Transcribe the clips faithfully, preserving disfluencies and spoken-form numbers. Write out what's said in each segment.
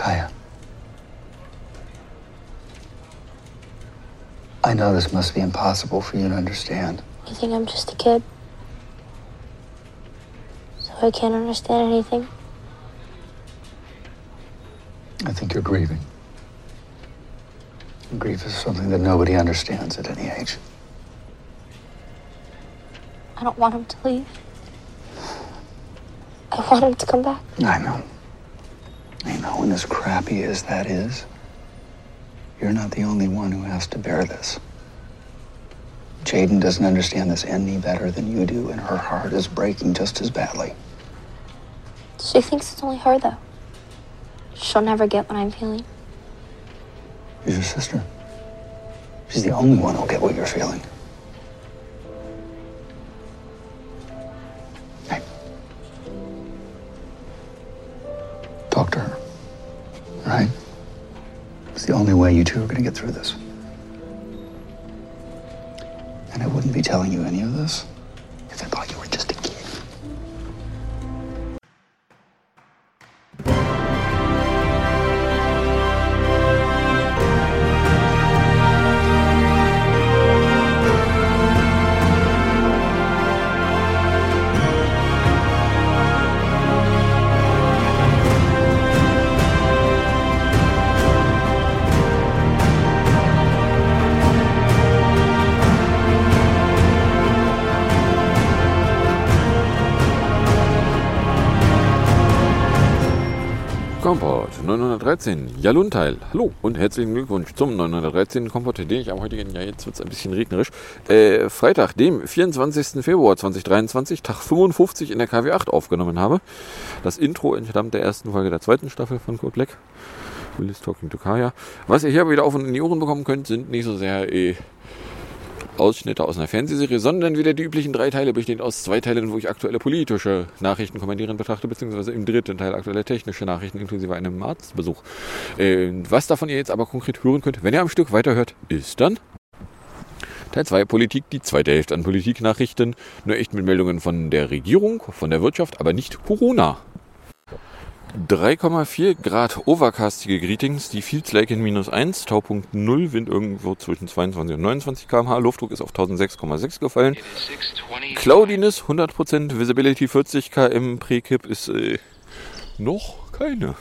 Kaya, I know this must be impossible for you to understand. You think I'm just a kid? So I can't understand anything? I think you're grieving. And grief is something that nobody understands at any age. I don't want him to leave. I want him to come back. I know. I know, and as crappy as that is, you're not the only one who has to bear this. Jayden doesn't understand this any better than you do, and her heart is breaking just as badly. She thinks it's only her, though. She'll never get what I'm feeling. She's your sister. She's the only one who'll get what you're feeling. Hey. Talk to her. All right? It's the only way you two are going to get through this. And I wouldn't be telling you any of this if I thought you were just a kid. Kompott neunhundertdreizehn, Jalunteil. Hallo und herzlichen Glückwunsch zum neunhundertdreizehnten Kompott, den ich am heutigen Jahr, jetzt wird es ein bisschen regnerisch, äh, Freitag, dem vierundzwanzigsten Februar zweitausenddreiundzwanzig, Tag fünfundfünfzig in der K W acht aufgenommen habe. Das Intro entstammt der ersten Folge der zweiten Staffel von Code Black. Will is talking to Kaya. Was ihr hier wieder auf und in die Ohren bekommen könnt, sind nicht so sehr äh, Ausschnitte aus einer Fernsehserie, sondern wieder die üblichen drei Teile, bestehend aus zwei Teilen, wo ich aktuelle politische Nachrichten kommentieren betrachte, beziehungsweise im dritten Teil aktuelle technische Nachrichten inklusive einem Arztbesuch. Äh, was davon ihr jetzt aber konkret hören könnt, wenn ihr am Stück weiterhört, ist dann Teil zwei Politik, die zweite Hälfte an Politiknachrichten, nur echt mit Meldungen von der Regierung, von der Wirtschaft, aber nicht Corona. drei Komma vier Grad overcastige Greetings, die Feels Lake in minus eins, Taupunkt null, Wind irgendwo zwischen zweiundzwanzig und neunundzwanzig Kilometer pro Stunde, Luftdruck ist auf tausendsechs Komma sechs gefallen. Cloudiness hundert Prozent, Visibility vierzig Kilometer, Prekip ist äh, noch keine.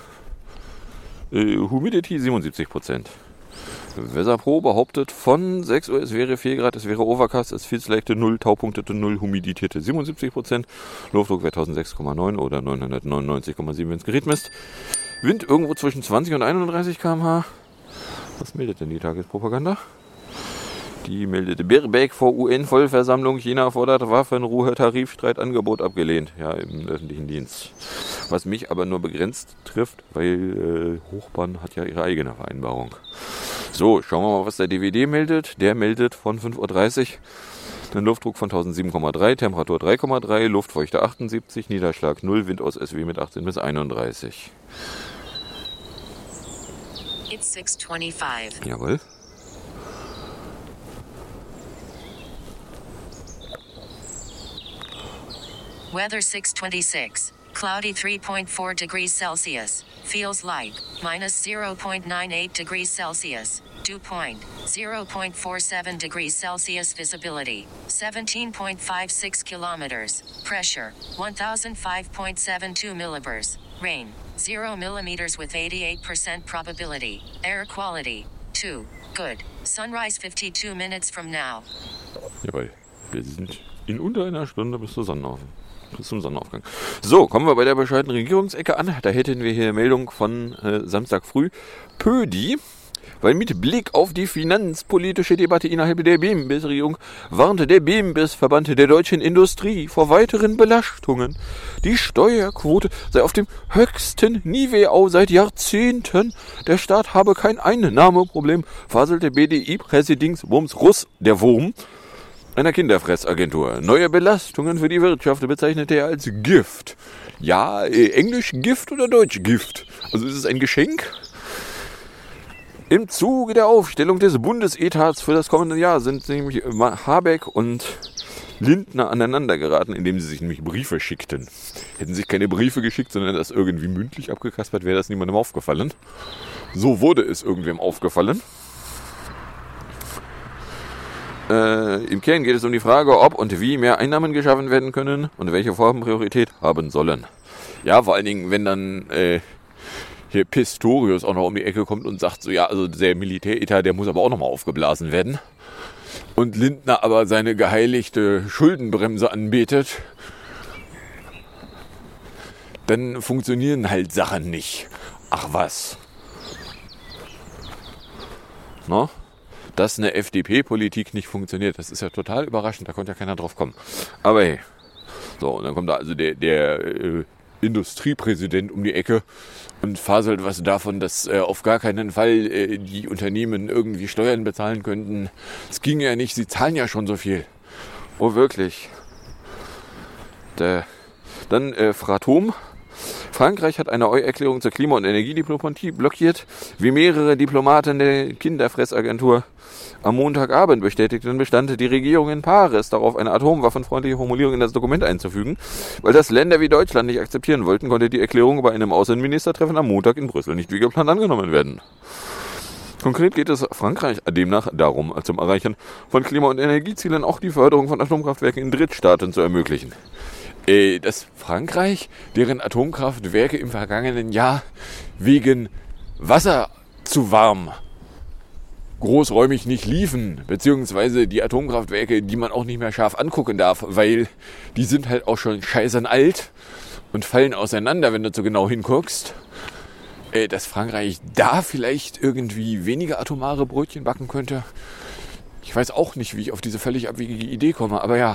Äh, Humidity siebenundsiebzig Prozent. Weatherpro behauptet von sechs Uhr, es wäre vier Grad, es wäre Overcast, es Feels Lake null, Taupunktete null, Humiditierte siebenundsiebzig Prozent, Luftdruck wäre tausendsechs Komma neun oder neunhundertneunundneunzig Komma sieben, wenn es Gerät misst. Wind irgendwo zwischen zwanzig und einunddreißig Kilometer pro Stunde. Was meldet denn die Tagespropaganda? Die meldete Baerbock vor U N-Vollversammlung, China fordert Waffenruhe, Tarifstreitangebot abgelehnt. Ja, im öffentlichen Dienst. Was mich aber nur begrenzt trifft, weil äh, Hochbahn hat ja ihre eigene Vereinbarung. So, schauen wir mal, was der D W D meldet. Der meldet von fünf Uhr dreißig einen Luftdruck von tausendsieben Komma drei, Temperatur drei Komma drei, Luftfeuchte achtundsiebzig, Niederschlag null, Wind aus S W mit achtzehn bis einunddreißig. It's six twenty-five. Jawohl. Weather six twenty-six. Cloudy three point four degrees Celsius. Feels like minus zero point nine eight degrees Celsius. Dew point zero point four seven degrees Celsius. Visibility seventeen point five six kilometers. Pressure one thousand five point seven two millibars. Rain zero millimeters with eighty-eight percent probability. Air quality two. Good. Sunrise fifty-two minutes from now. Jawohl. Wir sind in unter einer Stunde bis zur Sonnenaufgang. Bis zum Sonnenaufgang. So, kommen wir bei der bescheidenen Regierungsecke an. Da hätten wir hier eine Meldung von äh, Samstag früh. Pödi, weil mit Blick auf die finanzpolitische Debatte innerhalb der B M B S-Regierung warnte der B M B S-Verband der deutschen Industrie vor weiteren Belastungen. Die Steuerquote sei auf dem höchsten Niveau seit Jahrzehnten. Der Staat habe kein Einnahmeproblem, faselte B D I-Präsidents Wurms Russ, der Wurm, einer Kinderfressagentur. Neue Belastungen für die Wirtschaft bezeichnete er als Gift. Ja, äh, Englisch Gift oder Deutsch Gift? Also ist es ein Geschenk? Im Zuge der Aufstellung des Bundesetats für das kommende Jahr sind nämlich Habeck und Lindner aneinander geraten, indem sie sich nämlich Briefe schickten. Hätten sich keine Briefe geschickt, sondern das irgendwie mündlich abgekaspert, wäre das niemandem aufgefallen. So wurde es irgendwem aufgefallen. Äh, Im Kern geht es um die Frage, ob und wie mehr Einnahmen geschaffen werden können und welche Formen Priorität haben sollen. Ja, vor allen Dingen, wenn dann äh, hier Pistorius auch noch um die Ecke kommt und sagt, so ja, also der Militäretat, der muss aber auch nochmal aufgeblasen werden. Und Lindner aber seine geheiligte Schuldenbremse anbetet, dann funktionieren halt Sachen nicht. Ach was. No? Dass eine F D P-Politik nicht funktioniert, das ist ja total überraschend, da konnte ja keiner drauf kommen. Aber hey, so, und dann kommt da also der, der äh, Industriepräsident um die Ecke und faselt was davon, dass äh, auf gar keinen Fall äh, die Unternehmen irgendwie Steuern bezahlen könnten. Es ging ja nicht, sie zahlen ja schon so viel. Oh, wirklich. Der, dann äh, Fratom. Frankreich hat eine E U-Erklärung zur Klima- und Energiediplomatie blockiert, wie mehrere Diplomaten der Kinderfressagentur am Montagabend bestätigten, bestand die Regierung in Paris darauf, eine atomwaffenfreundliche Formulierung in das Dokument einzufügen. Weil das Länder wie Deutschland nicht akzeptieren wollten, konnte die Erklärung bei einem Außenministertreffen am Montag in Brüssel nicht wie geplant angenommen werden. Konkret geht es Frankreich demnach darum, zum Erreichen von Klima- und Energiezielen auch die Förderung von Atomkraftwerken in Drittstaaten zu ermöglichen. Äh, dass Frankreich, deren Atomkraftwerke im vergangenen Jahr wegen Wasser zu warm großräumig nicht liefen, beziehungsweise die Atomkraftwerke, die man auch nicht mehr scharf angucken darf, weil die sind halt auch schon scheißern alt und fallen auseinander, wenn du so genau hinguckst, äh, dass Frankreich da vielleicht irgendwie weniger atomare Brötchen backen könnte. Ich weiß auch nicht, wie ich auf diese völlig abwegige Idee komme, aber ja.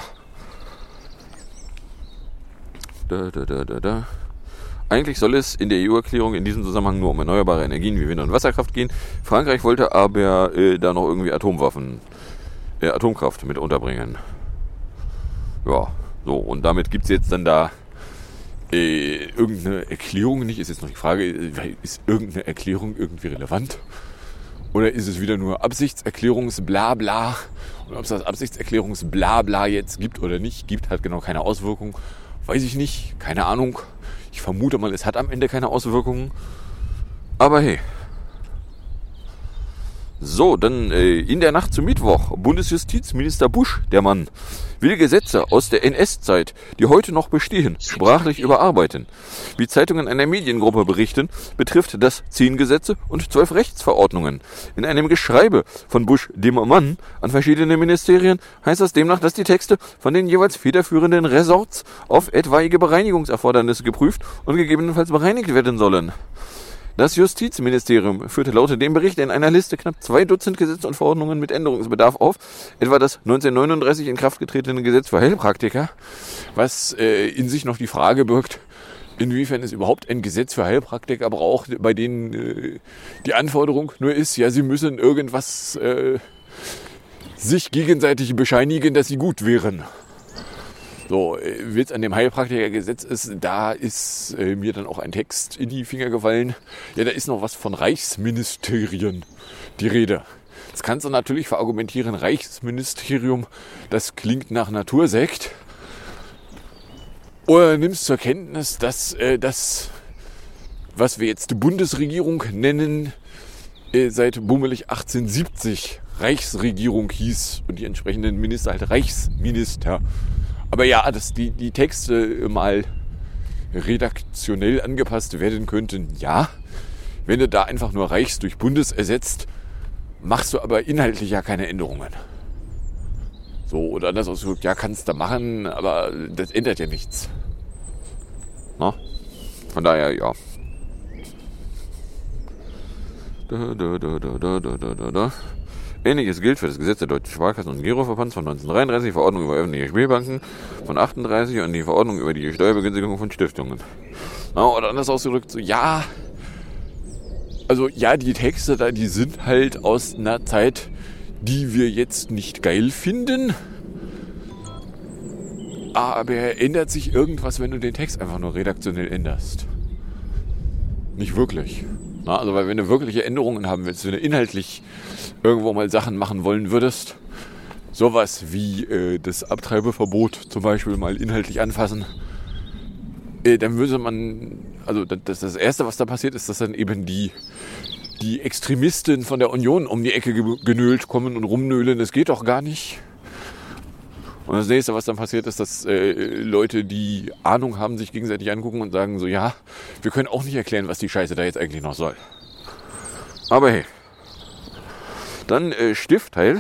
Da, da, da, da, da. Eigentlich soll es in der E U-Erklärung in diesem Zusammenhang nur um erneuerbare Energien wie Wind- und Wasserkraft gehen. Frankreich wollte aber äh, da noch irgendwie Atomwaffen, äh, Atomkraft mit unterbringen. Ja, so, und damit gibt es jetzt dann da äh, irgendeine Erklärung nicht. Ist jetzt noch die Frage, ist irgendeine Erklärung irgendwie relevant? Oder ist es wieder nur Absichtserklärungsblabla? Und ob es das Absichtserklärungsblabla jetzt gibt oder nicht, gibt, hat genau keine Auswirkung. Weiß ich nicht, keine Ahnung. Ich vermute mal, es hat am Ende keine Auswirkungen. Aber hey. So, dann äh, in der Nacht zum Mittwoch. Bundesjustizminister Busch, der Mann, will Gesetze aus der N S-Zeit, die heute noch bestehen, sprachlich überarbeiten. Wie Zeitungen einer Mediengruppe berichten, betrifft das zehn Gesetze und zwölf Rechtsverordnungen. In einem Geschreibe von Busch, dem Mann, an verschiedene Ministerien heißt es demnach, dass die Texte von den jeweils federführenden Ressorts auf etwaige Bereinigungserfordernisse geprüft und gegebenenfalls bereinigt werden sollen. Das Justizministerium führte laut dem Bericht in einer Liste knapp zwei Dutzend Gesetze und Verordnungen mit Änderungsbedarf auf, etwa das neunzehnhundertneununddreißig in Kraft getretene Gesetz für Heilpraktiker, was äh, in sich noch die Frage birgt, inwiefern es überhaupt ein Gesetz für Heilpraktiker braucht, bei denen äh, die Anforderung nur ist, ja, sie müssen irgendwas äh, sich gegenseitig bescheinigen, dass sie gut wären. So, wie es an dem Heilpraktikergesetz ist, da ist äh, mir dann auch ein Text in die Finger gefallen. Ja, da ist noch was von Reichsministerien die Rede. Das kannst du natürlich verargumentieren, Reichsministerium, das klingt nach Natursekt. Oder nimmst zur Kenntnis, dass äh, das, was wir jetzt die Bundesregierung nennen, äh, seit bummelig achtzehnhundertsiebzig Reichsregierung hieß und die entsprechenden Minister halt Reichsminister. Aber ja, dass die, die Texte mal redaktionell angepasst werden könnten, ja. Wenn du da einfach nur Reichs durch Bundes ersetzt, machst du aber inhaltlich ja keine Änderungen. So, oder anders ausgedrückt, ja, kannst du machen, aber das ändert ja nichts. Na? Von daher, ja. Da, da, da, da, da, da, da, da. Ähnliches gilt für das Gesetz der Deutschen Sparkassen- und Giroverbands von neunzehnhundertdreiunddreißig, die Verordnung über öffentliche Spielbanken von achtunddreißig und die Verordnung über die Steuerbegünstigung von Stiftungen. Na, oder anders ausgedrückt, so, ja, also ja, die Texte da, die sind halt aus einer Zeit, die wir jetzt nicht geil finden, aber ändert sich irgendwas, wenn du den Text einfach nur redaktionell änderst? Nicht wirklich. Na, also, weil wenn du wirkliche Änderungen haben willst, wenn du inhaltlich irgendwo mal Sachen machen wollen würdest, sowas wie äh, das Abtreibeverbot zum Beispiel mal inhaltlich anfassen, äh, dann würde man, also das, das Erste, was da passiert, ist, dass dann eben die, die Extremisten von der Union um die Ecke genölt kommen und rumnölen, das geht doch gar nicht. Und das Nächste, was dann passiert, ist, dass äh, Leute, die Ahnung haben, sich gegenseitig angucken und sagen so, ja, wir können auch nicht erklären, was die Scheiße da jetzt eigentlich noch soll. Aber hey. Dann äh, Stiftteil.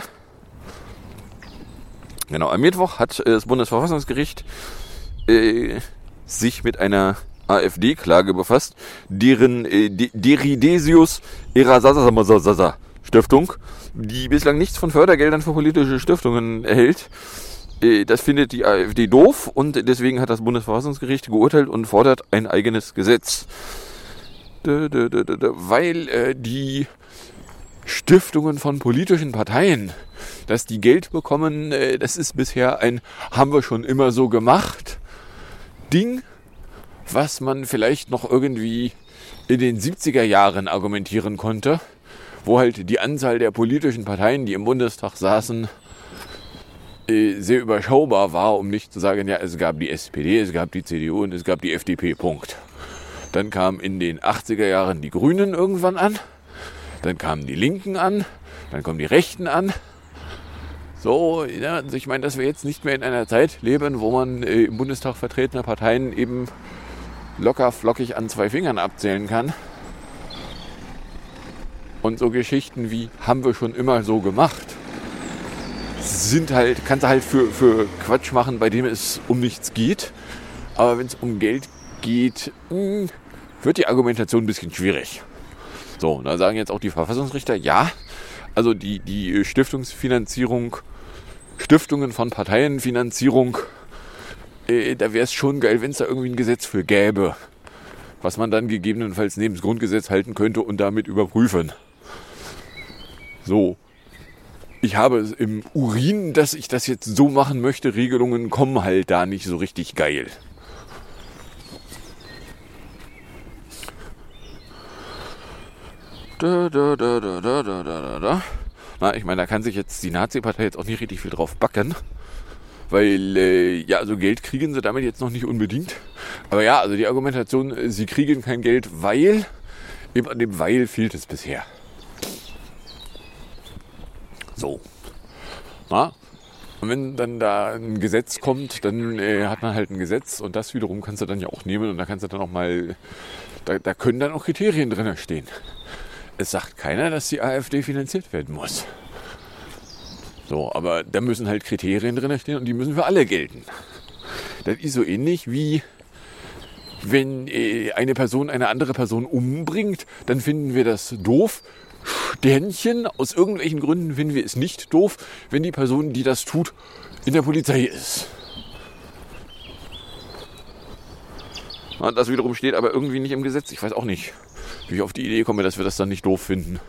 Genau, am Mittwoch hat äh, das Bundesverfassungsgericht äh, sich mit einer AfD-Klage befasst, deren äh, De- Deridesius Erasasasasasa Stiftung, die bislang nichts von Fördergeldern für politische Stiftungen erhält. Das findet die AfD doof und deswegen hat das Bundesverfassungsgericht geurteilt und fordert ein eigenes Gesetz. Weil äh, die Stiftungen von politischen Parteien, dass die Geld bekommen, äh, das ist bisher ein haben wir schon immer so gemacht Ding, was man vielleicht noch irgendwie in den siebziger Jahren argumentieren konnte, wo halt die Anzahl der politischen Parteien, die im Bundestag saßen, sehr überschaubar war, um nicht zu sagen, ja, es gab die S P D, es gab die C D U und es gab die F D P, Punkt. Dann kamen in den achtziger Jahren die Grünen irgendwann an, dann kamen die Linken an, dann kommen die Rechten an. So, ja, also ich meine, dass wir jetzt nicht mehr in einer Zeit leben, wo man äh, im Bundestag vertretene Parteien eben locker flockig an zwei Fingern abzählen kann. Und so Geschichten wie, haben wir schon immer so gemacht, sind halt, kannst du halt für, für Quatsch machen, bei dem es um nichts geht. Aber wenn es um Geld geht, mh, wird die Argumentation ein bisschen schwierig. So, da sagen jetzt auch die Verfassungsrichter, ja, also die, die Stiftungsfinanzierung, Stiftungen von Parteienfinanzierung, äh, da wäre es schon geil, wenn es da irgendwie ein Gesetz für gäbe, was man dann gegebenenfalls neben das Grundgesetz halten könnte und damit überprüfen. So. Ich habe es im Urin, dass ich das jetzt so machen möchte. Regelungen kommen halt da nicht so richtig geil. Da, da, da, da, da, da, da, da. Na, ich meine, da kann sich jetzt die Nazi-Partei jetzt auch nicht richtig viel drauf backen. Weil, äh, ja, also Geld kriegen sie damit jetzt noch nicht unbedingt. Aber ja, also die Argumentation, sie kriegen kein Geld, weil, eben an dem Weil fehlt es bisher. So. Na? Und wenn dann da ein Gesetz kommt, dann äh, hat man halt ein Gesetz und das wiederum kannst du dann ja auch nehmen und da kannst du dann auch mal, da, da können dann auch Kriterien drin stehen. Es sagt keiner, dass die AfD finanziert werden muss. So, aber da müssen halt Kriterien drin stehen und die müssen für alle gelten. Das ist so ähnlich wie, wenn äh, eine Person eine andere Person umbringt, dann finden wir das doof. Sternchen, aus irgendwelchen Gründen finden wir es nicht doof, wenn die Person, die das tut, in der Polizei ist. Und das wiederum steht aber irgendwie nicht im Gesetz. Ich weiß auch nicht, wie ich auf die Idee komme, dass wir das dann nicht doof finden.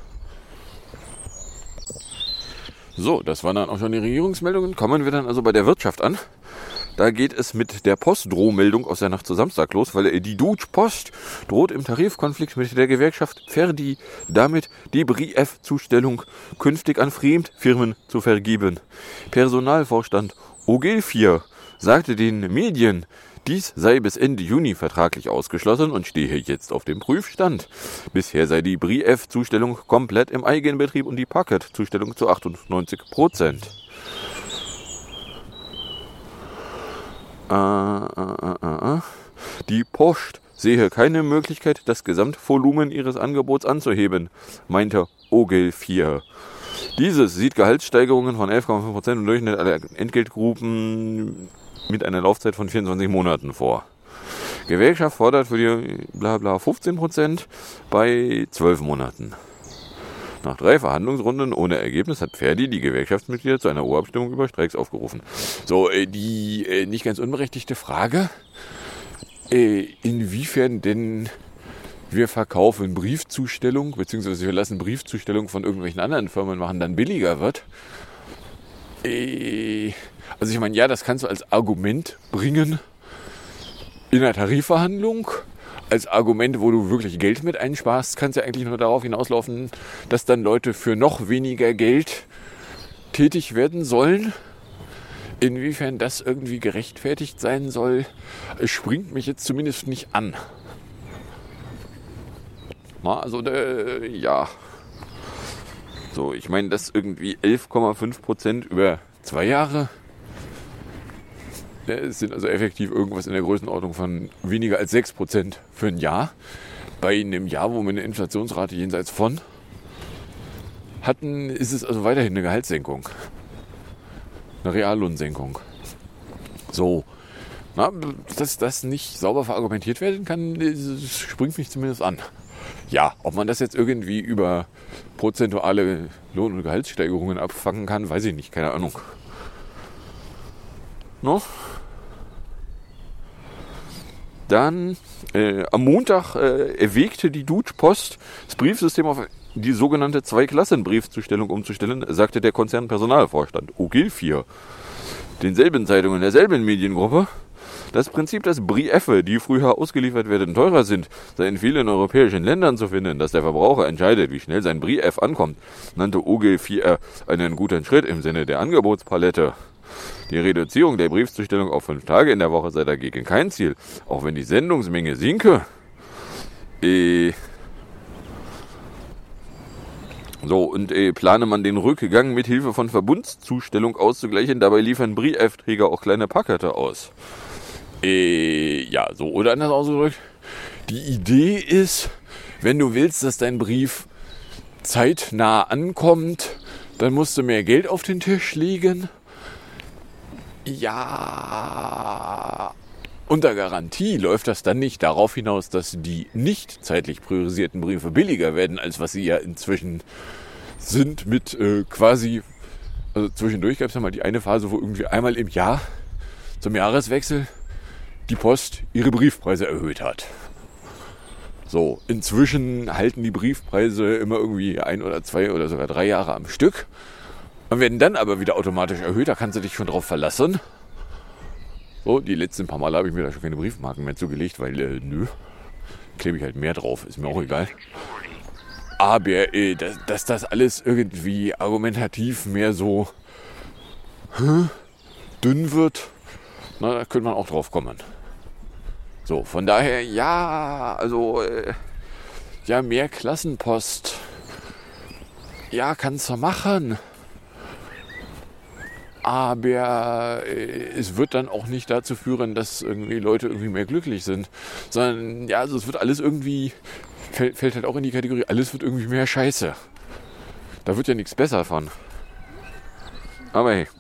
So, das waren dann auch schon die Regierungsmeldungen. Kommen wir dann also bei der Wirtschaft an. Da geht es mit der Postdrohmeldung aus der Nacht zu Samstag los, weil die Deutsche Post droht im Tarifkonflikt mit der Gewerkschaft Verdi damit die Briefzustellung künftig an Fremdfirmen zu vergeben. Personalvorstand Ogilvy sagte den Medien, dies sei bis Ende Juni vertraglich ausgeschlossen und stehe jetzt auf dem Prüfstand. Bisher sei die Briefzustellung komplett im Eigenbetrieb und die Paketzustellung zu achtundneunzig Prozent. Äh, äh, äh, äh. Die Post sehe keine Möglichkeit, das Gesamtvolumen ihres Angebots anzuheben, meinte Ogilvy. Dieses sieht Gehaltssteigerungen von elf Komma fünf Prozent im Durchschnitt aller Entgeltgruppen mit einer Laufzeit von vierundzwanzig Monaten vor. Gewerkschaft fordert für die Blabla fünfzehn Prozent bei zwölf Monaten. Nach drei Verhandlungsrunden ohne Ergebnis hat Verdi die Gewerkschaftsmitglieder zu einer Urabstimmung über Streiks aufgerufen. So, äh, die äh, nicht ganz unberechtigte Frage, äh, inwiefern denn wir verkaufen Briefzustellung, beziehungsweise wir lassen Briefzustellung von irgendwelchen anderen Firmen machen, dann billiger wird. Äh, also ich meine, ja, das kannst du als Argument bringen in einer Tarifverhandlung. Als Argument, wo du wirklich Geld mit einsparst, kann es ja eigentlich nur darauf hinauslaufen, dass dann Leute für noch weniger Geld tätig werden sollen. Inwiefern das irgendwie gerechtfertigt sein soll, springt mich jetzt zumindest nicht an. Na, also, äh, ja. So, ich meine, das irgendwie elf Komma fünf Prozent über zwei Jahre. Das sind also effektiv irgendwas in der Größenordnung von weniger als sechs Prozent für ein Jahr. Bei einem Jahr, wo wir eine Inflationsrate jenseits von hatten, ist es also weiterhin eine Gehaltssenkung. Eine Reallohnsenkung. So. Na, dass das nicht sauber verargumentiert werden kann, das springt mich zumindest an. Ja, ob man das jetzt irgendwie über prozentuale Lohn- und Gehaltssteigerungen abfangen kann, weiß ich nicht, keine Ahnung. No? Dann äh, am Montag äh, erwägte die Deutsche Post, das Briefsystem auf die sogenannte Zwei-Klassen-Briefzustellung umzustellen, sagte der Konzernpersonalvorstand O G vier. Denselben Zeitungen derselben Mediengruppe. Das Prinzip, dass Briefe, die früher ausgeliefert werden, teurer sind, sei in vielen europäischen Ländern zu finden, dass der Verbraucher entscheidet, wie schnell sein Brief ankommt, nannte O G vier einen guten Schritt im Sinne der Angebotspalette. Die Reduzierung der Briefzustellung auf fünf Tage in der Woche sei dagegen kein Ziel, auch wenn die Sendungsmenge sinke. Äh So, und äh, plane man den Rückgang mit Hilfe von Verbundszustellung auszugleichen, dabei liefern Briefträger auch kleine Pakete aus. Äh, ja, so oder anders ausgedrückt. Die Idee ist, wenn du willst, dass dein Brief zeitnah ankommt, dann musst du mehr Geld auf den Tisch legen. Ja, unter Garantie läuft das dann nicht darauf hinaus, dass die nicht zeitlich priorisierten Briefe billiger werden, als was sie ja inzwischen sind mit äh, quasi, also zwischendurch gab es ja mal die eine Phase, wo irgendwie einmal im Jahr zum Jahreswechsel die Post ihre Briefpreise erhöht hat. So, inzwischen halten die Briefpreise immer irgendwie ein oder zwei oder sogar drei Jahre am Stück und werden dann aber wieder automatisch erhöht, da kannst du dich schon drauf verlassen. So, die letzten paar Mal habe ich mir da schon keine Briefmarken mehr zugelegt, weil, äh, nö, klebe ich halt mehr drauf, ist mir auch egal. Aber, äh, dass, dass das alles irgendwie argumentativ mehr so hä, dünn wird, na, da könnte man auch drauf kommen. So, von daher, ja, also, äh, ja, mehr Klassenpost. Ja, kannst du machen. Aber äh, es wird dann auch nicht dazu führen, dass irgendwie Leute irgendwie mehr glücklich sind. Sondern, ja, also es wird alles irgendwie, fällt, fällt halt auch in die Kategorie, alles wird irgendwie mehr Scheiße. Da wird ja nichts besser von. Aber hey.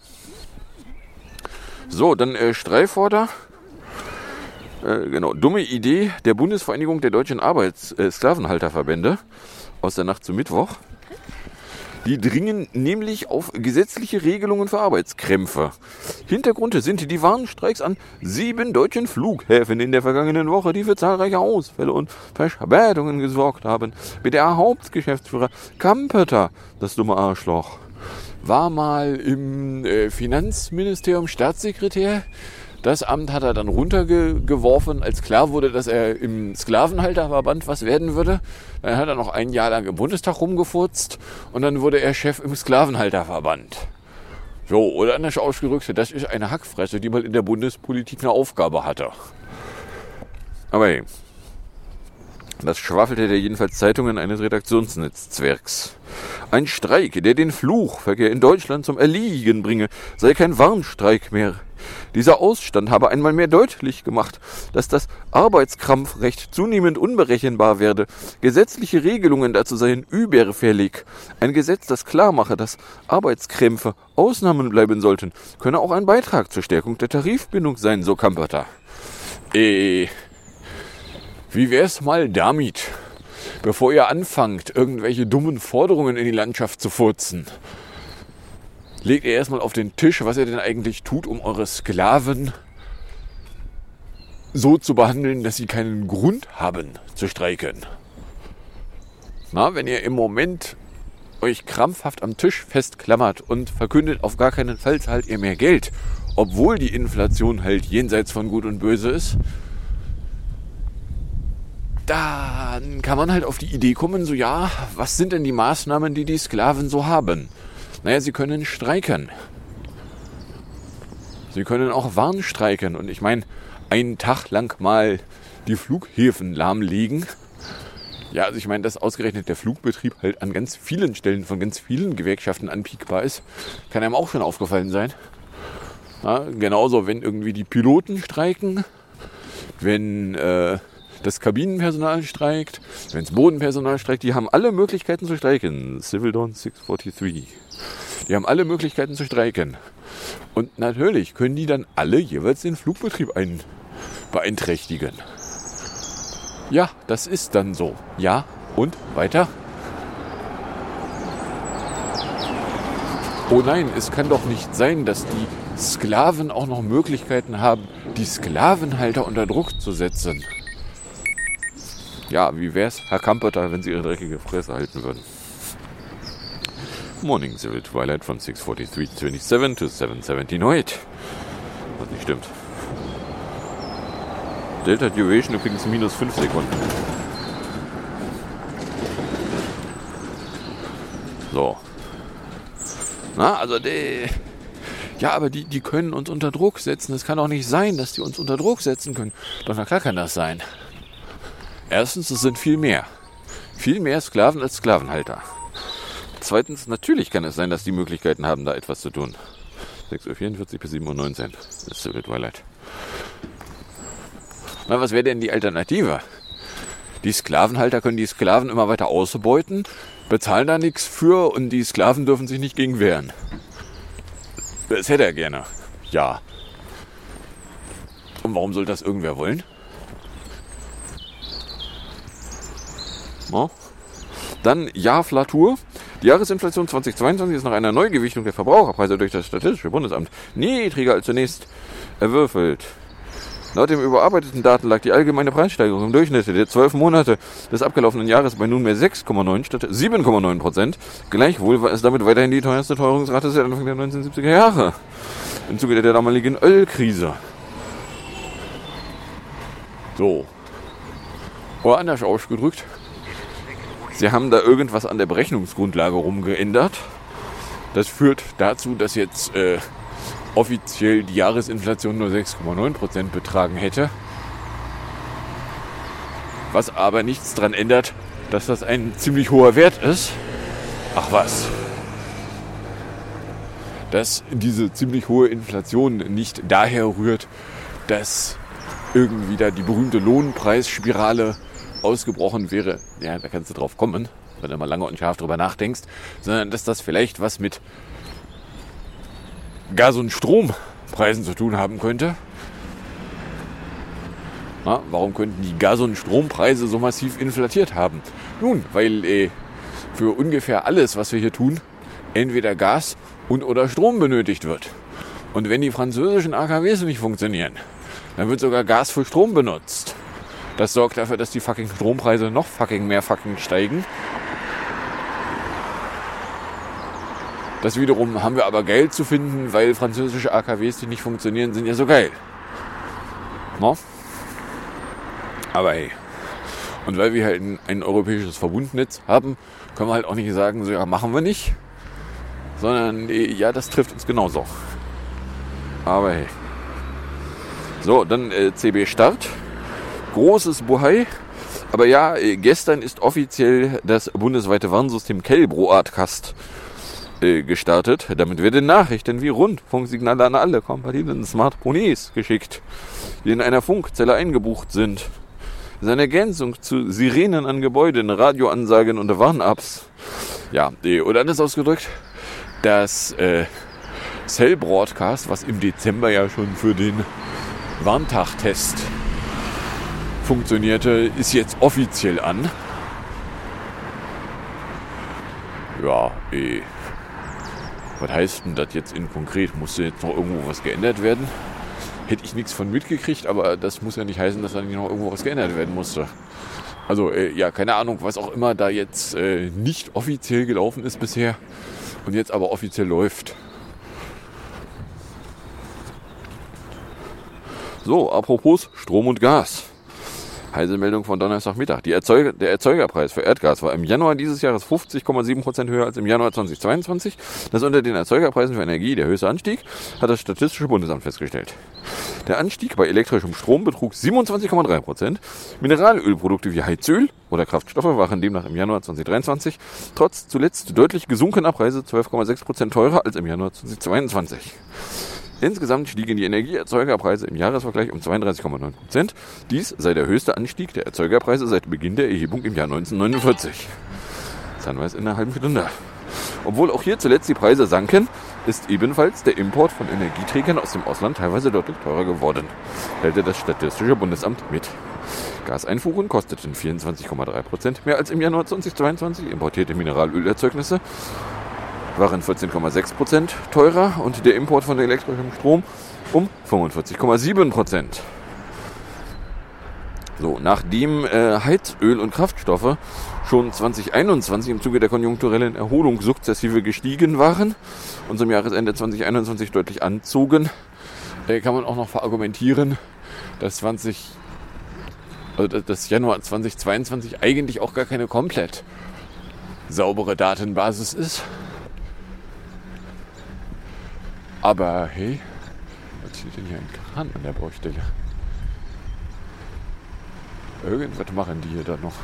So, dann äh, Streiforder. Äh, genau, dumme Idee der Bundesvereinigung der deutschen Arbeits-Sklavenhalterverbände äh, aus der Nacht zu Mittwoch. Die dringen nämlich auf gesetzliche Regelungen für Arbeitskrämpfe. Hintergrund sind die Warnstreiks an sieben deutschen Flughäfen in der vergangenen Woche, die für zahlreiche Ausfälle und Verspätungen gesorgt haben. B D A-Hauptgeschäftsführer Kampeter, das dumme Arschloch, war mal im äh, Finanzministerium Staatssekretär. Das Amt hat er dann runtergeworfen, als klar wurde, dass er im Sklavenhalterverband was werden würde. Dann hat er noch ein Jahr lang im Bundestag rumgefurzt und dann wurde er Chef im Sklavenhalterverband. So, oder anders ausgedrückt, das ist eine Hackfresse, die mal in der Bundespolitik eine Aufgabe hatte. Aber hey, das schwafelte der jedenfalls Zeitungen eines Redaktionsnetzwerks. Ein Streik, der den Fluchverkehr in Deutschland zum Erliegen bringe, sei kein Warnstreik mehr. Dieser Ausstand habe einmal mehr deutlich gemacht, dass das Arbeitskrampfrecht zunehmend unberechenbar werde. Gesetzliche Regelungen dazu seien überfällig. Ein Gesetz, das klar mache, dass Arbeitskrämpfe Ausnahmen bleiben sollten, könne auch ein Beitrag zur Stärkung der Tarifbindung sein, so Kamperter. Äh, wie wär's mal damit, bevor ihr anfangt, irgendwelche dummen Forderungen in die Landschaft zu furzen? Legt ihr erstmal auf den Tisch, was ihr denn eigentlich tut, um eure Sklaven so zu behandeln, dass sie keinen Grund haben zu streiken. Na, wenn ihr im Moment euch krampfhaft am Tisch festklammert und verkündet, auf gar keinen Fall zahlt ihr mehr Geld, obwohl die Inflation halt jenseits von Gut und Böse ist, dann kann man halt auf die Idee kommen, so ja, was sind denn die Maßnahmen, die die Sklaven so haben? Naja, sie können streiken. Sie können auch warnstreiken. Und ich meine, einen Tag lang mal die Flughäfen lahmlegen. Ja, also ich meine, dass ausgerechnet der Flugbetrieb halt an ganz vielen Stellen von ganz vielen Gewerkschaften anpiekbar ist, kann einem auch schon aufgefallen sein. Ja, genauso, wenn irgendwie die Piloten streiken, wenn äh, das Kabinenpersonal streikt, wenn das Bodenpersonal streikt, die haben alle Möglichkeiten zu streiken. Civil Dawn sechs dreiundvierzig. Die haben alle Möglichkeiten zu streiken. Und natürlich können die dann alle jeweils den Flugbetrieb ein beeinträchtigen. Ja, das ist dann so. Ja, und weiter? Oh nein, es kann doch nicht sein, dass die Sklaven auch noch Möglichkeiten haben, die Sklavenhalter unter Druck zu setzen. Ja, wie wär's, Herr Kamperter, wenn Sie Ihre dreckige Fresse halten würden? Morning Civil Twilight von six forty-three twenty-seven to seven seventeen oh eight. Was nicht stimmt. Delta Duration übrigens minus fünf Sekunden. So. Na, also die... Ja, aber die, die können uns unter Druck setzen. Es kann doch nicht sein, dass die uns unter Druck setzen können. Doch na klar kann das sein. Erstens, es sind viel mehr. Viel mehr Sklaven als Sklavenhalter. Zweitens, natürlich kann es sein, dass die Möglichkeiten haben, da etwas zu tun. sechs Uhr vierundvierzig bis sieben Uhr neunzehn. Das ist Civil Twilight. Na, was wäre denn die Alternative? Die Sklavenhalter können die Sklaven immer weiter ausbeuten, bezahlen da nichts für und die Sklaven dürfen sich nicht gegen wehren. Das hätte er gerne. Ja. Und warum soll das irgendwer wollen? No. Dann Jahrflatur. Die Jahresinflation zweitausendzweiundzwanzig ist nach einer Neugewichtung der Verbraucherpreise durch das Statistische Bundesamt niedriger als zunächst erwürfelt. Laut dem überarbeiteten Daten lag die allgemeine Preissteigerung im Durchschnitt der zwölf Monate des abgelaufenen Jahres bei nunmehr sechs Komma neun statt sieben Komma neun Prozent. Gleichwohl war es damit weiterhin die teuerste Teuerungsrate seit Anfang der neunzehnhundertsiebziger Jahre. Im Zuge der damaligen Ölkrise. So. Oder anders ausgedrückt. Sie haben da irgendwas an der Berechnungsgrundlage rumgeändert. Das führt dazu, dass jetzt äh, offiziell die Jahresinflation nur sechs Komma neun Prozent betragen hätte. Was aber nichts daran ändert, dass das ein ziemlich hoher Wert ist. Ach was. Dass diese ziemlich hohe Inflation nicht daher rührt, dass irgendwie da die berühmte Lohnpreisspirale ausgebrochen wäre. Ja, da kannst du drauf kommen, wenn du mal lange und scharf drüber nachdenkst. Sondern dass das vielleicht was mit Gas- und Strompreisen zu tun haben könnte. Na, warum könnten die Gas- und Strompreise so massiv inflatiert haben? Nun, weil äh, für ungefähr alles, was wir hier tun, entweder Gas und oder Strom benötigt wird. Und wenn die französischen A K Ws nicht funktionieren, dann wird sogar Gas für Strom benutzt. Das sorgt dafür, dass die fucking Strompreise noch fucking mehr fucking steigen. Das wiederum haben wir aber Geld zu finden, weil französische A K Ws, die nicht funktionieren, sind ja so geil. No? Aber hey. Und weil wir halt ein, ein europäisches Verbundnetz haben, können wir halt auch nicht sagen, so ja, machen wir nicht. Sondern ja, das trifft uns genauso. Aber hey. So, dann äh, C B Start. Großes Bohai. Aber ja, äh, gestern ist offiziell das bundesweite Warnsystem Kell-Broadcast äh, gestartet. Damit werden Nachrichten wie Rundfunksignale an alle kompatiblen Smartphones geschickt, die in einer Funkzelle eingebucht sind. Seine Ergänzung zu Sirenen an Gebäuden, Radioansagen und Warn-Apps. Ja, äh, oder anders ausgedrückt, das äh, Cell-Broadcast, was im Dezember ja schon für den Warntag-Test funktionierte, ist jetzt offiziell an. Ja, eh. Was heißt denn das jetzt in konkret? Musste jetzt noch irgendwo was geändert werden? Hätte ich nichts von mitgekriegt, aber das muss ja nicht heißen, dass da nicht noch irgendwo was geändert werden musste. Also, äh, ja, keine Ahnung, was auch immer da jetzt äh, nicht offiziell gelaufen ist bisher und jetzt aber offiziell läuft. So, apropos Strom und Gas. Heise-Meldung von Donnerstagmittag. Die Erzeuger, der Erzeugerpreis für Erdgas war im Januar dieses Jahres fünfzig Komma sieben Prozent höher als im Januar zweitausendzweiundzwanzig. Das unter den Erzeugerpreisen für Energie der höchste Anstieg, hat das Statistische Bundesamt festgestellt. Der Anstieg bei elektrischem Strom betrug siebenundzwanzig Komma drei Prozent. Mineralölprodukte wie Heizöl oder Kraftstoffe waren demnach im Januar zweitausenddreiundzwanzig trotz zuletzt deutlich gesunkener Preise zwölf Komma sechs Prozent teurer als im Januar zweitausendzweiundzwanzig. Insgesamt stiegen die Energieerzeugerpreise im Jahresvergleich um zweiunddreißig Komma neun Prozent. Dies sei der höchste Anstieg der Erzeugerpreise seit Beginn der Erhebung im Jahr neunzehnhundertneunundvierzig. Sunrise in einer halben Stunde. Obwohl auch hier zuletzt die Preise sanken, ist ebenfalls der Import von Energieträgern aus dem Ausland teilweise deutlich teurer geworden, teilte das Statistische Bundesamt mit. Gaseinfuhren kosteten vierundzwanzig Komma drei Prozent mehr als im Januar zweitausendzweiundzwanzig. Importierte Mineralölerzeugnisse waren vierzehn Komma sechs Prozent teurer und der Import von elektrischem Strom um fünfundvierzig Komma sieben Prozent. So, nachdem äh, Heizöl und Kraftstoffe schon zweitausendeinundzwanzig im Zuge der konjunkturellen Erholung sukzessive gestiegen waren und zum Jahresende zweitausendeinundzwanzig deutlich anzogen, äh, kann man auch noch verargumentieren, dass zwanzig, also das Januar zweitausendzweiundzwanzig eigentlich auch gar keine komplett saubere Datenbasis ist. Aber hey, was steht denn hier ein Kran an der Baustelle? Irgendwas machen die hier da noch.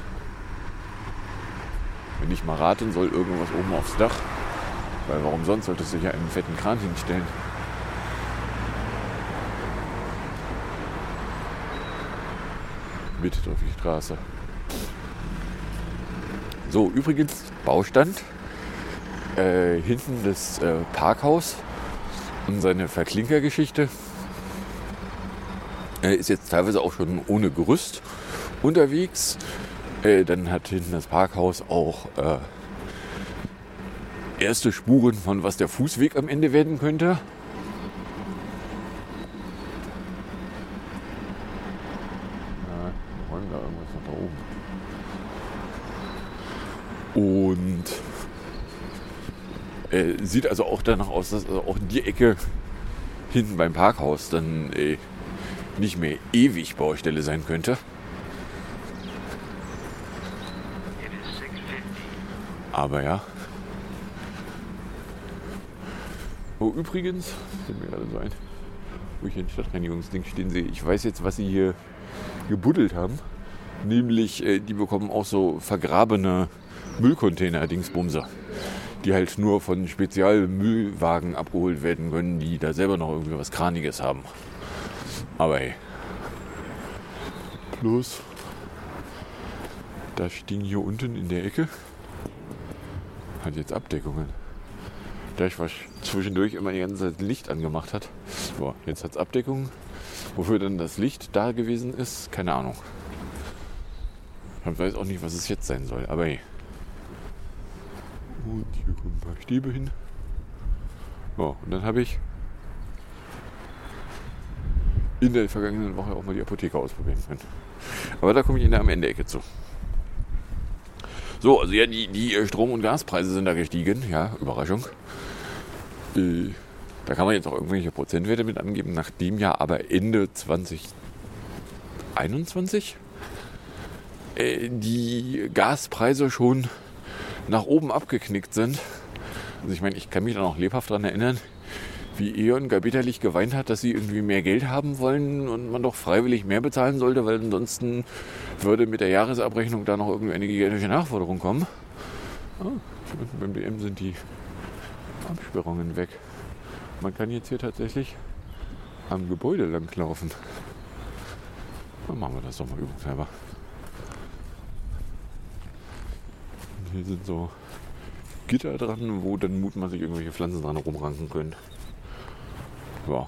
Wenn ich mal raten soll, irgendwas oben aufs Dach. Weil warum sonst sollte sich ja einen fetten Kran hinstellen? Mit auf die Straße. So, übrigens Baustand. Äh, hinten das äh, Parkhaus. Und seine Verklinkergeschichte äh, ist jetzt teilweise auch schon ohne Gerüst unterwegs. Äh, dann hat hinten das Parkhaus auch äh, erste Spuren von was der Fußweg am Ende werden könnte. Ja, wir wollen da irgendwas nach da oben. Und Äh, sieht also auch danach aus, dass also auch die Ecke hinten beim Parkhaus dann äh, nicht mehr ewig Baustelle sein könnte. Aber ja. Oh, übrigens, fällt mir gerade so ein, wo ich hier ein Stadtreinigungsding stehen sehe, ich weiß jetzt, was sie hier gebuddelt haben. Nämlich, äh, die bekommen auch so vergrabene Müllcontainer-Dingsbumser, die halt nur von Spezialmüllwagen abgeholt werden können, die da selber noch irgendwie was Kraniges haben. Aber hey. Plus, das Ding hier unten in der Ecke hat jetzt Abdeckungen. Da ich was zwischendurch immer die ganze Zeit Licht angemacht hat. So, jetzt hat es Abdeckungen. Wofür dann das Licht da gewesen ist, keine Ahnung. Ich weiß auch nicht, was es jetzt sein soll, aber hey. Und hier kommen ein paar Stäbe hin. Ja, und dann habe ich in der vergangenen Woche auch mal die Apotheke ausprobieren können. Aber da komme ich in der am Ende-Ecke zu. So, also ja, die, die Strom- und Gaspreise sind da gestiegen. Ja, Überraschung. Äh, da kann man jetzt auch irgendwelche Prozentwerte mit angeben. Nachdem ja aber Ende zwanzig einundzwanzig äh, die Gaspreise schon nach oben abgeknickt sind. Also ich meine, ich kann mich da noch lebhaft daran erinnern, wie E.ON gar bitterlich geweint hat, dass sie irgendwie mehr Geld haben wollen und man doch freiwillig mehr bezahlen sollte, weil ansonsten würde mit der Jahresabrechnung da noch irgendwie eine gigantische Nachforderung kommen. Ah, beim D M sind die Absperrungen weg. Man kann jetzt hier tatsächlich am Gebäude langlaufen. Dann machen wir das doch mal übungshalber. Hier sind so Gitter dran, wo dann mutmaßlich irgendwelche Pflanzen dran rumranken können. Ja.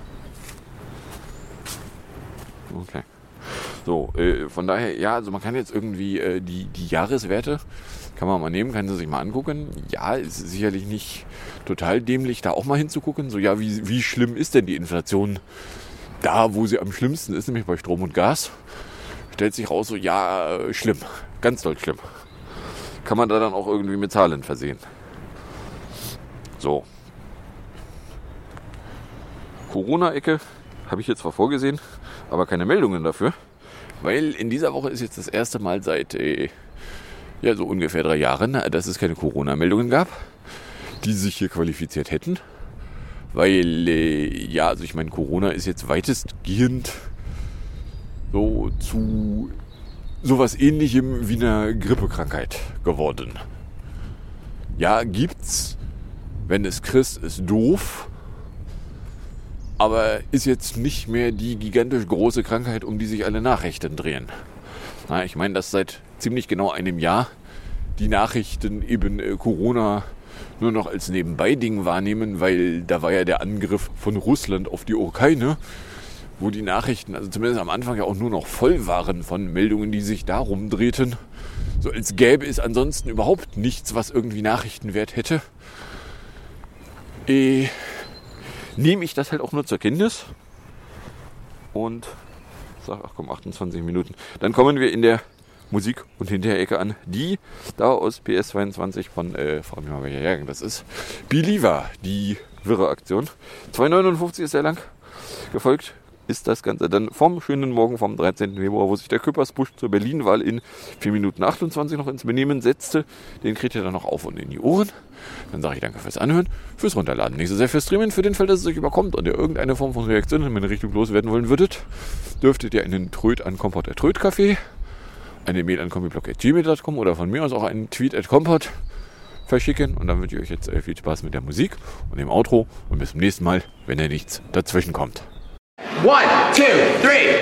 Okay. So, äh, von daher, ja, also man kann jetzt irgendwie äh, die, die Jahreswerte, kann man mal nehmen, kann sie sich mal angucken. Ja, ist sicherlich nicht total dämlich, da auch mal hinzugucken. So, ja, wie, wie schlimm ist denn die Inflation da, wo sie am schlimmsten ist, nämlich bei Strom und Gas? Stellt sich raus, so, ja, äh, schlimm, ganz doll schlimm. Kann man da dann auch irgendwie mit Zahlen versehen. So. Corona-Ecke habe ich jetzt zwar vorgesehen, aber keine Meldungen dafür. Weil in dieser Woche ist jetzt das erste Mal seit äh, ja, so ungefähr drei Jahren, dass es keine Corona-Meldungen gab, die sich hier qualifiziert hätten. Weil, äh, ja, also ich meine, Corona ist jetzt weitestgehend so zu sowas Ähnlichem wie einer Grippekrankheit geworden. Ja, gibt's, wenn es kriegst, ist doof, aber ist jetzt nicht mehr die gigantisch große Krankheit, um die sich alle Nachrichten drehen. Na, ich meine, dass seit ziemlich genau einem Jahr die Nachrichten eben äh, Corona nur noch als Nebenbei-Ding wahrnehmen, weil da war ja der Angriff von Russland auf die Ukraine, wo die Nachrichten, also zumindest am Anfang ja auch nur noch voll waren von Meldungen, die sich darum drehten. So als gäbe es ansonsten überhaupt nichts, was irgendwie Nachrichtenwert hätte. Äh, nehme ich das halt auch nur zur Kenntnis. Und sag, ach komm, achtundzwanzig Minuten. Dann kommen wir in der Musik- und Hinterher-Ecke an, die da aus P S zweiundzwanzig von, äh, frag mich mal, welcher Jahrgang das ist, Believer, die wirre Aktion. zwei neunundfünfzig ist sehr lang. Gefolgt ist das Ganze dann vom schönen Morgen vom dreizehnten Februar, wo sich der Küppersbusch zur Berlin-Wahl in vier Minuten achtundzwanzig noch ins Benehmen setzte. Den kriegt ihr dann noch auf und in die Ohren. Dann sage ich danke fürs Anhören, fürs Runterladen, nicht so sehr fürs Streamen. Für den Fall, dass es euch überkommt und ihr irgendeine Form von Reaktion in meine Richtung loswerden wollen würdet, dürftet ihr einen Tröd an Kompott at Trödcafé, eine Mail an kombiblock at gmail punkt com oder von mir aus auch einen Tweet at Kompott verschicken. Und dann wünsche ich euch jetzt viel Spaß mit der Musik und dem Outro und bis zum nächsten Mal, wenn da nichts dazwischen kommt. One, two, three.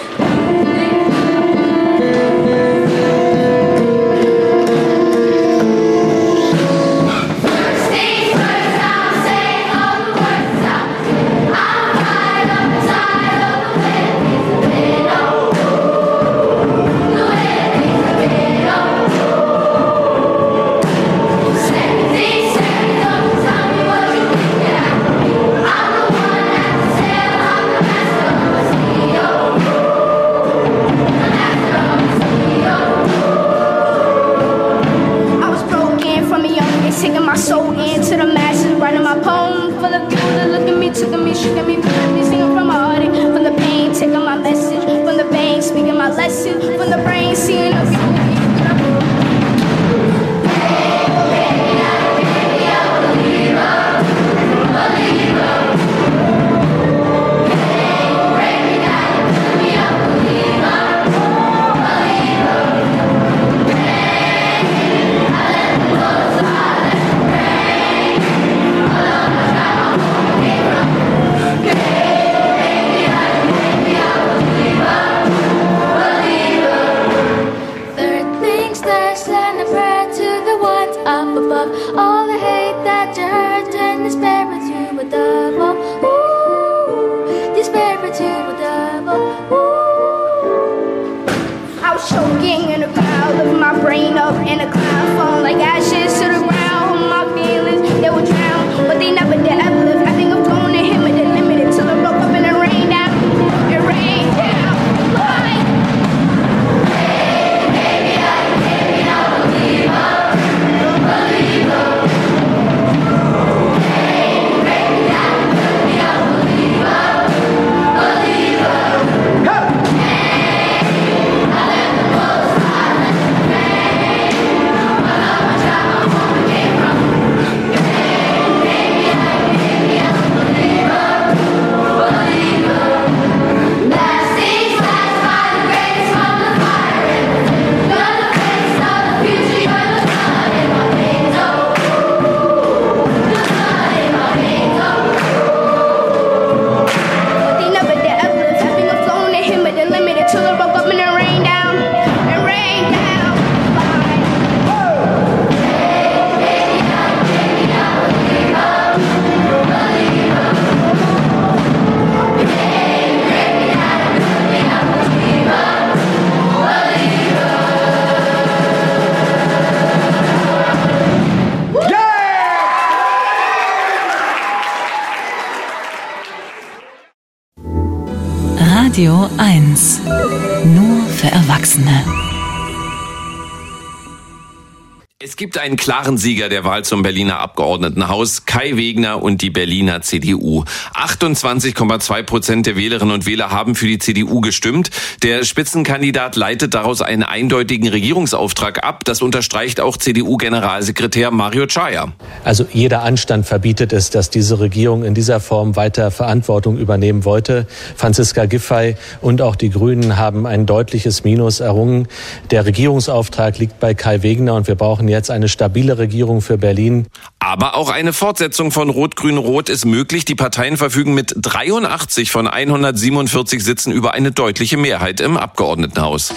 Radio eins. Nur für Erwachsene. Es gibt einen klaren Sieger der Wahl zum Berliner Abgeordnetenhaus, Kai Wegner und die Berliner C D U. achtundzwanzig Komma zwei Prozent der Wählerinnen und Wähler haben für die C D U gestimmt. Der Spitzenkandidat leitet daraus einen eindeutigen Regierungsauftrag ab. Das unterstreicht auch C D U-Generalsekretär Mario Chaya. Also jeder Anstand verbietet es, dass diese Regierung in dieser Form weiter Verantwortung übernehmen wollte. Franziska Giffey und auch die Grünen haben ein deutliches Minus errungen. Der Regierungsauftrag liegt bei Kai Wegner und wir brauchen jetzt eine stabile Regierung für Berlin. Aber auch eine Fortsetzung von Rot-Grün-Rot ist möglich. Die Parteien verfügen mit dreiundachtzig von hundertsiebenundvierzig Sitzen über eine deutliche Mehrheit im Abgeordnetenhaus.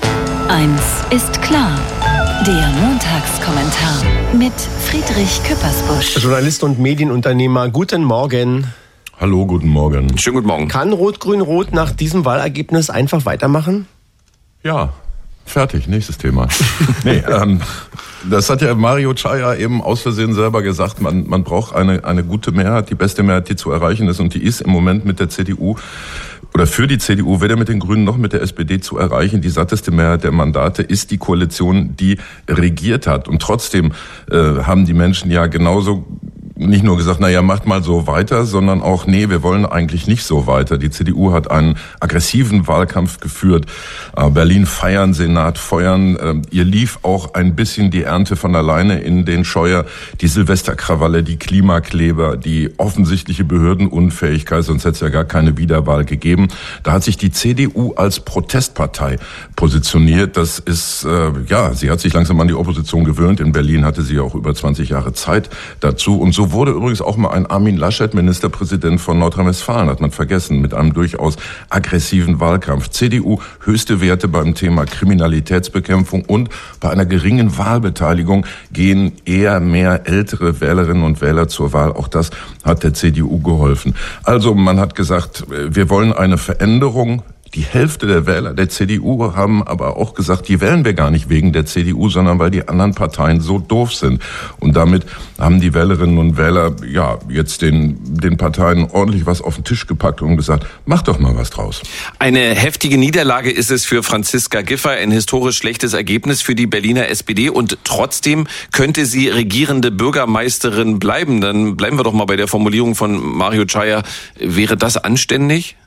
Eins ist klar. Der Montagskommentar mit Friedrich Küppersbusch. Journalist und Medienunternehmer, guten Morgen. Hallo, guten Morgen. Schönen guten Morgen. Kann Rot-Grün-Rot nach diesem Wahlergebnis einfach weitermachen? Ja, fertig, nächstes Thema. nee, ähm, das hat ja Mario Chaya eben aus Versehen selber gesagt, man, man braucht eine, eine gute Mehrheit, die beste Mehrheit, die zu erreichen ist, und die ist im Moment mit der C D U oder für die C D U, weder mit den Grünen noch mit der S P D zu erreichen. Die satteste Mehrheit der Mandate ist die Koalition, die regiert hat. Und trotzdem äh, haben die Menschen ja genauso nicht nur gesagt, na ja, macht mal so weiter, sondern auch, nee, wir wollen eigentlich nicht so weiter. Die C D U hat einen aggressiven Wahlkampf geführt. Berlin feiern, Senat feuern. Ihr lief auch ein bisschen die Ernte von alleine in den Scheuer. Die Silvesterkrawalle, die Klimakleber, die offensichtliche Behördenunfähigkeit, sonst hätte es ja gar keine Wiederwahl gegeben. Da hat sich die C D U als Protestpartei positioniert. Das ist, äh, ja, sie hat sich langsam an die Opposition gewöhnt. In Berlin hatte sie auch über zwanzig Jahre Zeit dazu. Und so wurde übrigens auch mal ein Armin Laschet Ministerpräsident von Nordrhein-Westfalen, hat man vergessen, mit einem durchaus aggressiven Wahlkampf. C D U höchste Werte beim Thema Kriminalitätsbekämpfung und bei einer geringen Wahlbeteiligung gehen eher mehr ältere Wählerinnen und Wähler zur Wahl. Auch das hat der C D U geholfen. Also man hat gesagt, wir wollen eine Veränderung. Die Hälfte der Wähler der C D U haben aber auch gesagt, die wählen wir gar nicht wegen der C D U, sondern weil die anderen Parteien so doof sind. Und damit haben die Wählerinnen und Wähler ja jetzt den, den Parteien ordentlich was auf den Tisch gepackt und gesagt, mach doch mal was draus. Eine heftige Niederlage ist es für Franziska Giffey, ein historisch schlechtes Ergebnis für die Berliner S P D, und trotzdem könnte sie regierende Bürgermeisterin bleiben. Dann bleiben wir doch mal bei der Formulierung von Mario Chaya. Wäre das anständig?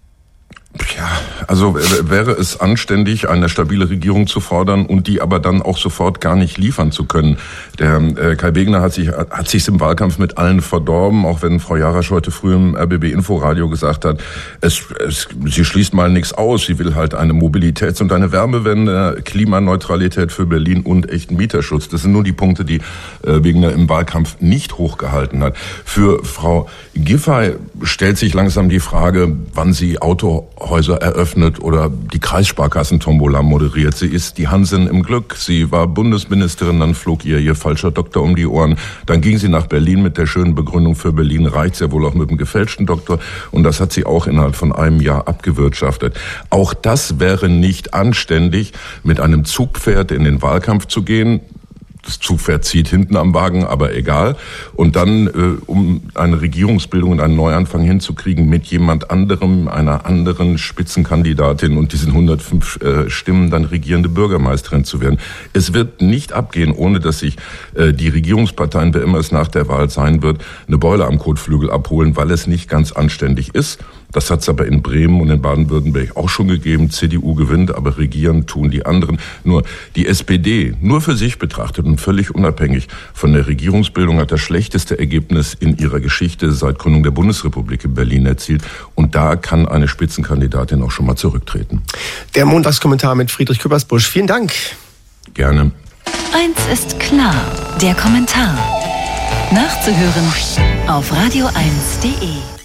Ja, also wäre es anständig, eine stabile Regierung zu fordern und die aber dann auch sofort gar nicht liefern zu können. Der äh, Kai Wegner hat sich hat sich im Wahlkampf mit allen verdorben, auch wenn Frau Jarasch heute früh im R B B Inforadio gesagt hat, es, es, sie schließt mal nichts aus, sie will halt eine Mobilitäts- und eine Wärmewende, Klimaneutralität für Berlin und echten Mieterschutz. Das sind nur die Punkte, die äh, Wegner im Wahlkampf nicht hochgehalten hat. Für Frau Giffey stellt sich langsam die Frage, wann sie Autohäuser eröffnet oder die Kreissparkassen-Tombola moderiert. Sie ist die Hansin im Glück. Sie war Bundesministerin, dann flog ihr ihr falscher Doktor um die Ohren. Dann ging sie nach Berlin mit der schönen Begründung, für Berlin reicht's ja wohl auch mit dem gefälschten Doktor. Und das hat sie auch innerhalb von einem Jahr abgewirtschaftet. Auch das wäre nicht anständig, mit einem Zugpferd in den Wahlkampf zu gehen. Das Zugpferd zieht hinten am Wagen, aber egal. Und dann, äh, um eine Regierungsbildung und einen Neuanfang hinzukriegen, mit jemand anderem, einer anderen Spitzenkandidatin und diesen hundertfünf äh, Stimmen dann regierende Bürgermeisterin zu werden. Es wird nicht abgehen, ohne dass sich äh, die Regierungsparteien, wer immer es nach der Wahl sein wird, eine Beule am Kotflügel abholen, weil es nicht ganz anständig ist. Das hat es aber in Bremen und in Baden-Württemberg auch schon gegeben. C D U gewinnt, aber regieren tun die anderen. Nur die S P D, nur für sich betrachtet und völlig unabhängig von der Regierungsbildung, hat das schlechteste Ergebnis in ihrer Geschichte seit Gründung der Bundesrepublik in Berlin erzielt. Und da kann eine Spitzenkandidatin auch schon mal zurücktreten. Der Montagskommentar mit Friedrich Küppersbusch. Vielen Dank. Gerne. Eins ist klar, der Kommentar. Nachzuhören auf radio eins punkt de.